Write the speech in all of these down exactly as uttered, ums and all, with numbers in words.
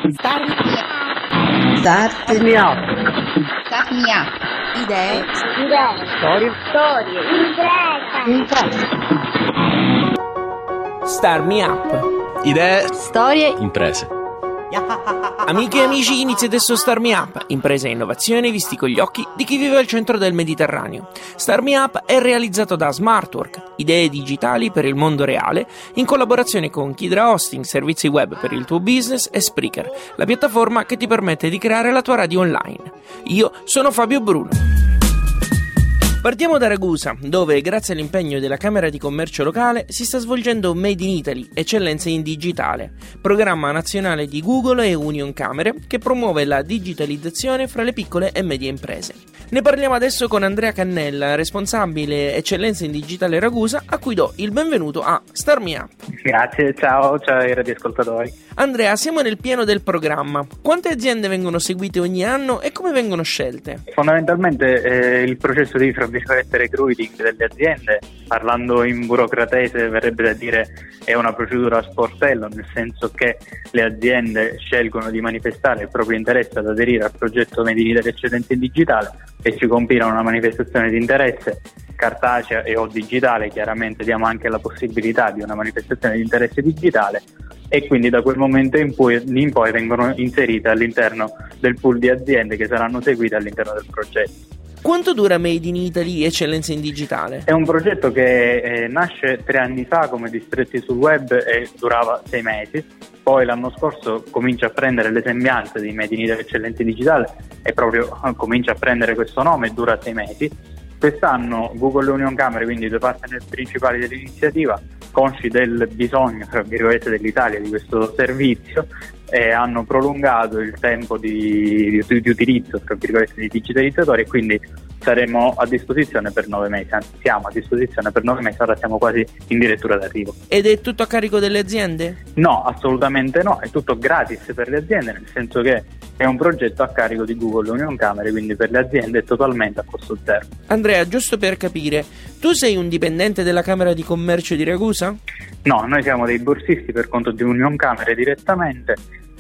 Start Start me up. Start me up. Idee. Idee. Storie. Storie. Impresa. Impresa. Start me up. Idee. Storie. Imprese. Amiche e amici, inizia adesso Start Me Up, impresa e innovazione visti con gli occhi di chi vive al centro del Mediterraneo. Start Me Up è realizzato da Smartwork, idee digitali per il mondo reale, in collaborazione con Kidra Hosting, servizi web per il tuo business, e Spreaker, la piattaforma che ti permette di creare la tua radio online. Io sono Fabio Bruno. Partiamo da Ragusa, dove grazie all'impegno della Camera di Commercio locale si sta svolgendo Made in Italy, Eccellenze in Digitale, programma nazionale di Google e Union Camere che promuove la digitalizzazione fra le piccole e medie imprese. Ne parliamo adesso con Andrea Cannella, responsabile Eccellenze in Digitale Ragusa, a cui do il benvenuto a Start Me Up. Grazie, ciao, ciao ai radioascoltatori. Andrea, siamo nel pieno del programma. Quante aziende vengono seguite ogni anno e come vengono scelte? Fondamentalmente eh, il processo di, fra virgolette, recruiting delle aziende, parlando in burocratese, verrebbe da dire è una procedura a sportello, nel senso che le aziende scelgono di manifestare il proprio interesse ad aderire al progetto Made in Italy Eccellenze in Digitale e ci compilano una manifestazione di interesse cartacea e o digitale. Chiaramente diamo anche la possibilità di una manifestazione di interesse digitale e quindi da quel momento in poi, in poi vengono inserite all'interno del pool di aziende che saranno seguite all'interno del progetto. Quanto dura Made in Italy Eccellenze in Digitale? È un progetto che eh, nasce tre anni fa come distretti sul web e durava sei mesi. Poi l'anno scorso comincia a prendere le sembianze di Made in Italy Eccellenze in Digitale e proprio eh, comincia a prendere questo nome e dura sei mesi. Quest'anno Google e Union Camere, quindi i due partner principali dell'iniziativa, consci del bisogno, tra virgolette, dell'Italia di questo servizio, e hanno prolungato il tempo di, di, di utilizzo, tra virgolette, di digitalizzatori, e quindi saremo a disposizione per nove mesi, anzi siamo a disposizione per nove mesi, ora siamo quasi in dirittura d'arrivo. Ed è tutto a carico delle aziende? No, assolutamente no, è tutto gratis per le aziende, nel senso che è un progetto a carico di Google e Union Camere, quindi per le aziende è totalmente a costo zero. Andrea, giusto per capire, tu sei un dipendente della Camera di Commercio di Ragusa? No, noi siamo dei borsisti per conto di Union Camere direttamente,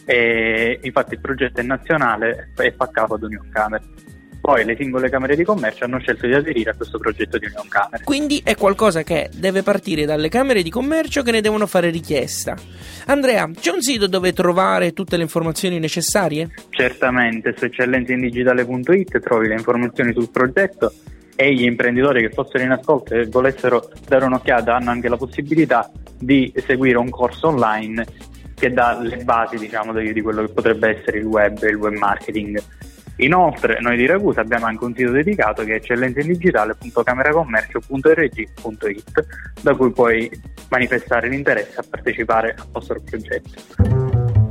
e infatti il progetto è nazionale e fa capo ad Union Camere. Poi le singole camere di commercio hanno scelto di aderire a questo progetto di Union Camere. Quindi è qualcosa che deve partire dalle camere di commercio che ne devono fare richiesta. Andrea, c'è un sito dove trovare tutte le informazioni necessarie? Certamente, su eccellenze in digitale punto it trovi le informazioni sul progetto e gli imprenditori che fossero in ascolto e volessero dare un'occhiata hanno anche la possibilità di seguire un corso online che dà le basi, diciamo, di, di quello che potrebbe essere il web e il web marketing. Inoltre noi di Ragusa abbiamo anche un sito dedicato che è eccellenze in digitale punto cameracommercio punto r g punto it, da cui puoi manifestare l'interesse a partecipare al nostro progetto.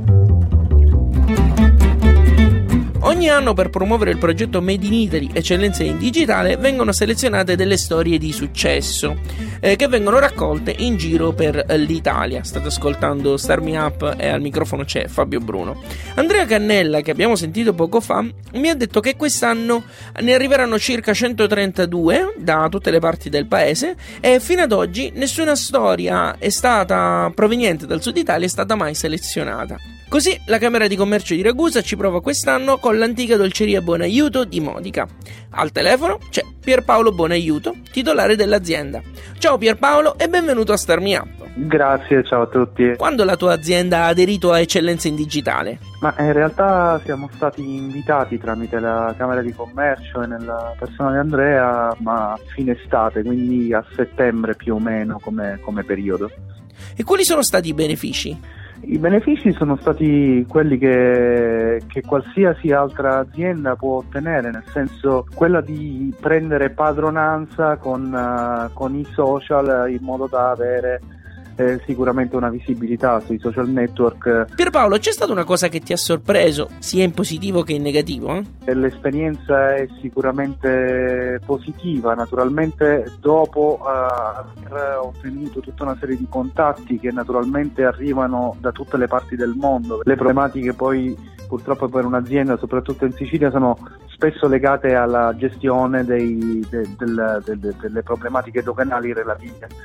Ogni anno per promuovere il progetto Made in Italy Eccellenze in Digitale vengono selezionate delle storie di successo eh, che vengono raccolte in giro per l'Italia. State ascoltando Start Me Up e al microfono c'è Fabio Bruno. Andrea Cannella, che abbiamo sentito poco fa, mi ha detto che quest'anno ne arriveranno circa centotrentadue da tutte le parti del paese e fino ad oggi nessuna storia è stata proveniente dal sud Italia è stata mai selezionata. Così la Camera di Commercio di Ragusa ci prova quest'anno con l'antica dolceria Buonaiuto di Modica. Al telefono c'è Pierpaolo Buonaiuto, titolare dell'azienda. Ciao Pierpaolo e benvenuto a Start Me Up. Grazie, ciao a tutti. Quando la tua azienda ha aderito a Eccellenze in Digitale? Ma in realtà siamo stati invitati tramite la Camera di Commercio e nella persona di Andrea, ma a fine estate, quindi a settembre più o meno come, come periodo. E quali sono stati i benefici? I benefici sono stati quelli che, che qualsiasi altra azienda può ottenere, nel senso quella di prendere padronanza con, uh, con i social in modo da avere eh, sicuramente una visibilità sui social network. Pierpaolo, c'è stata una cosa che ti ha sorpreso, sia in positivo che in negativo? Eh? L'esperienza è sicuramente positiva, naturalmente dopo uh, aver ottenuto tutta una serie di contatti che naturalmente arrivano da tutte le parti del mondo. Le problematiche poi purtroppo per un'azienda, soprattutto in Sicilia, sono spesso legate alla gestione dei, de, del, de, de, delle problematiche doganali relative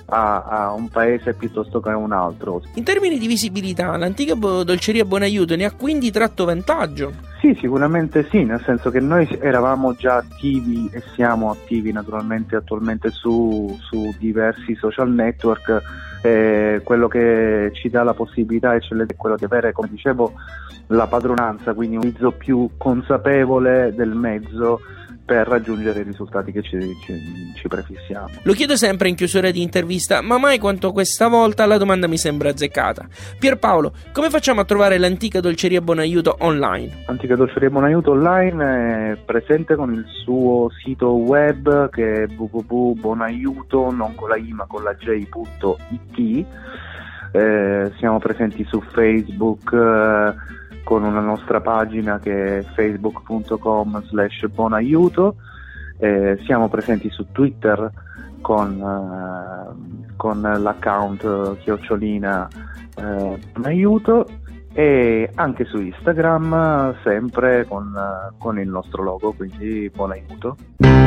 a, a un paese piuttosto che a un altro. In termini di visibilità, l'antica bo- dolceria Buonaiuto ne ha quindi tratto vantaggio? Sì, sicuramente sì, nel senso che noi eravamo già attivi e siamo attivi naturalmente attualmente su, su diversi social network. Eh, quello che ci dà la possibilità è quello di avere, come dicevo, la padronanza, quindi un uso più consapevole del mezzo per raggiungere i risultati che ci, ci, ci prefissiamo. Lo chiedo sempre in chiusura di intervista, ma mai quanto questa volta la domanda mi sembra azzeccata. Pierpaolo, come facciamo a trovare l'antica dolceria Buonaiuto online? L'antica dolceria Buonaiuto online è presente con il suo sito web che è w w w punto buonaiuto, non con la i ma con la j punto i t. Eh, siamo presenti su Facebook eh, con una nostra pagina che è facebook punto com slash buonaiuto, eh, siamo presenti su Twitter con, eh, con l'account chiocciolina eh, buonaiuto, e anche su Instagram sempre con, eh, con il nostro logo, quindi Buonaiuto.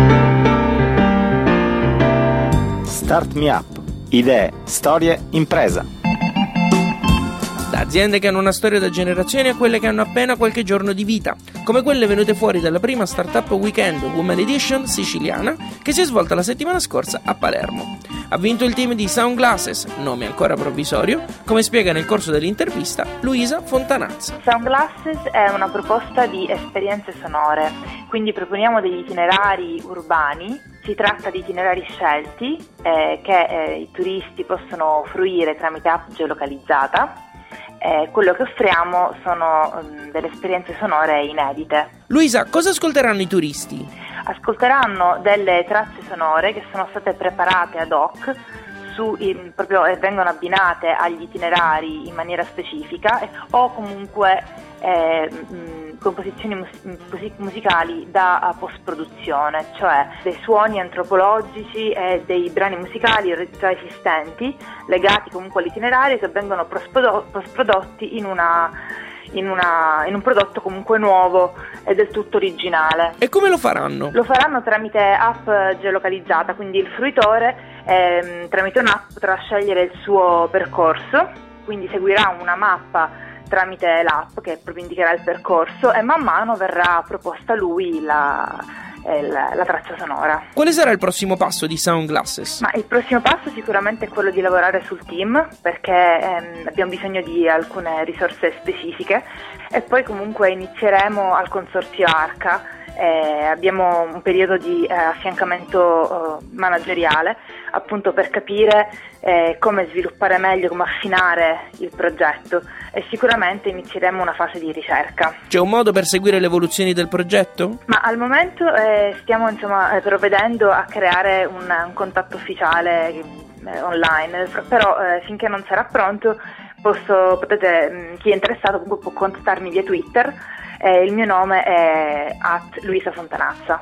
Start Me Up. Idee, storie, impresa. Da aziende che hanno una storia da generazioni a quelle che hanno appena qualche giorno di vita, come quelle venute fuori dalla prima Startup Weekend Women Edition siciliana che si è svolta la settimana scorsa a Palermo. Ha vinto il team di Soundglasses, nome ancora provvisorio, come spiega nel corso dell'intervista Luisa Fontanazza. Soundglasses è una proposta di esperienze sonore, quindi proponiamo degli itinerari urbani. Si tratta di itinerari scelti eh, che eh, i turisti possono fruire tramite app geolocalizzata. Eh, quello che offriamo sono um, delle esperienze sonore inedite. Luisa, cosa ascolteranno i turisti? Ascolteranno delle tracce sonore che sono state preparate ad hoc su, in, proprio, e vengono abbinate agli itinerari in maniera specifica eh, o comunque eh, mh, composizioni mus- musicali da post-produzione, cioè dei suoni antropologici e dei brani musicali già esistenti legati comunque all'itinerario che vengono post-prodotti in una In, una, in un prodotto comunque nuovo e del tutto originale. E come lo faranno? Lo faranno tramite app geolocalizzata, quindi il fruitore ehm, tramite un'app potrà scegliere il suo percorso, quindi seguirà una mappa tramite l'app che proprio indicherà il percorso e man mano verrà proposta a lui la La, la traccia sonora. Quale sarà il prossimo passo di Soundglasses? Ma il prossimo passo sicuramente è quello di lavorare sul team, perché ehm, abbiamo bisogno di alcune risorse specifiche e poi comunque inizieremo al consorzio Arca. Eh, abbiamo un periodo di eh, affiancamento eh, manageriale appunto per capire eh, come sviluppare meglio, come affinare il progetto, e sicuramente inizieremo una fase di ricerca. C'è un modo per seguire le evoluzioni del progetto? Ma al momento eh, stiamo insomma eh, provvedendo a creare un, un contatto ufficiale eh, online, però eh, finché non sarà pronto posso, potete, mh, chi è interessato comunque può contattarmi via Twitter. Eh, il mio nome è at Luisa Fontanazza.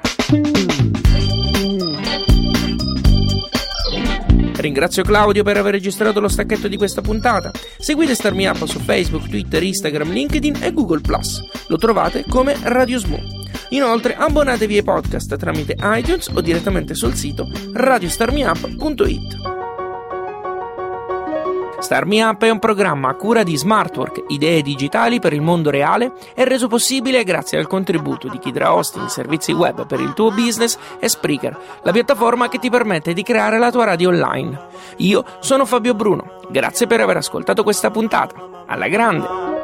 Ringrazio Claudio per aver registrato lo stacchetto di questa puntata. Seguite Start Me Up su Facebook, Twitter, Instagram, LinkedIn e Google plus. Lo trovate come Radio Smo. Inoltre abbonatevi ai podcast tramite iTunes o direttamente sul sito radio star me up punto it. Start Me Up è un programma a cura di Smartwork, idee digitali per il mondo reale, e reso possibile grazie al contributo di Kidra Hosting, servizi web per il tuo business, e Spreaker, la piattaforma che ti permette di creare la tua radio online. Io sono Fabio Bruno, grazie per aver ascoltato questa puntata. Alla grande!